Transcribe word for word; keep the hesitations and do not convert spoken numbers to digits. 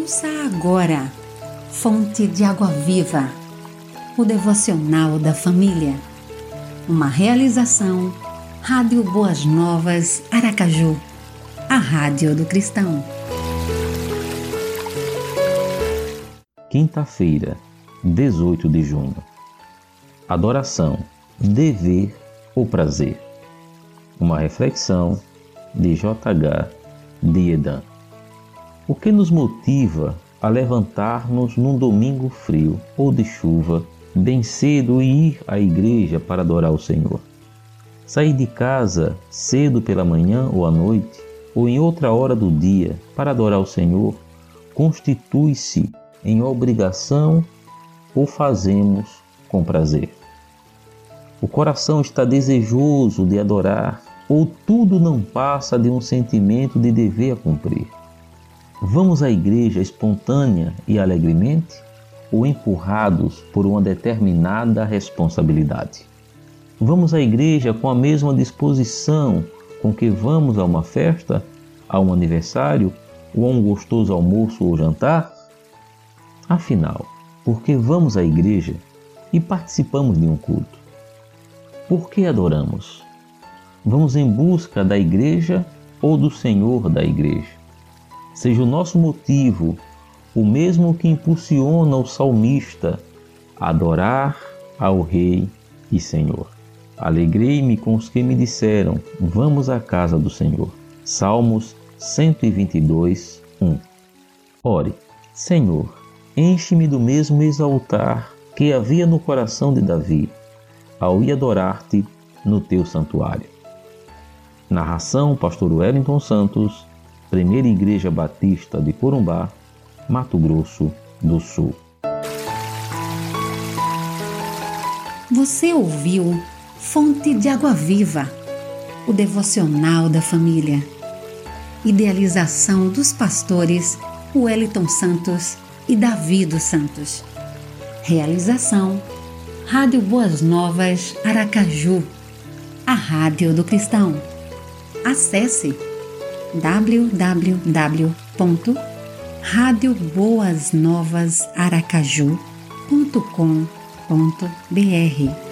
Ouça agora, Fonte de Água Viva, o devocional da família. Uma realização, Rádio Boas Novas, Aracaju, a rádio do cristão. Quinta-feira, dezoito de junho. Adoração, dever ou prazer? Uma reflexão de J H Diedan. O que nos motiva a levantar-nos num domingo frio ou de chuva, bem cedo e ir à igreja para adorar o Senhor? Sair de casa cedo pela manhã ou à noite, ou em outra hora do dia para adorar o Senhor, constitui-se em obrigação ou fazemos com prazer? O coração está desejoso de adorar ou tudo não passa de um sentimento de dever a cumprir? Vamos à igreja espontânea e alegremente ou empurrados por uma determinada responsabilidade? Vamos à igreja com a mesma disposição com que vamos a uma festa, a um aniversário ou a um gostoso almoço ou jantar? Afinal, por que vamos à igreja e participamos de um culto? Por que adoramos? Vamos em busca da igreja ou do Senhor da igreja? Seja o nosso motivo o mesmo que impulsiona o salmista a adorar ao Rei e Senhor. Alegrei-me com os que me disseram, vamos à casa do Senhor. Salmos cento e vinte e dois, um. Ore, Senhor, enche-me do mesmo exaltar que havia no coração de Davi, ao ir adorar-te no teu santuário. Narração, Pastor Wellington Santos, Primeira Igreja Batista de Corumbá, Mato Grosso do Sul. Você ouviu Fonte de Água Viva, o devocional da família. Idealização dos pastores Wellington Santos e Davi dos Santos. Realização, Rádio Boas Novas, Aracaju, a rádio do cristão. Acesse w w w ponto rádio boas novas aracaju ponto com ponto b r.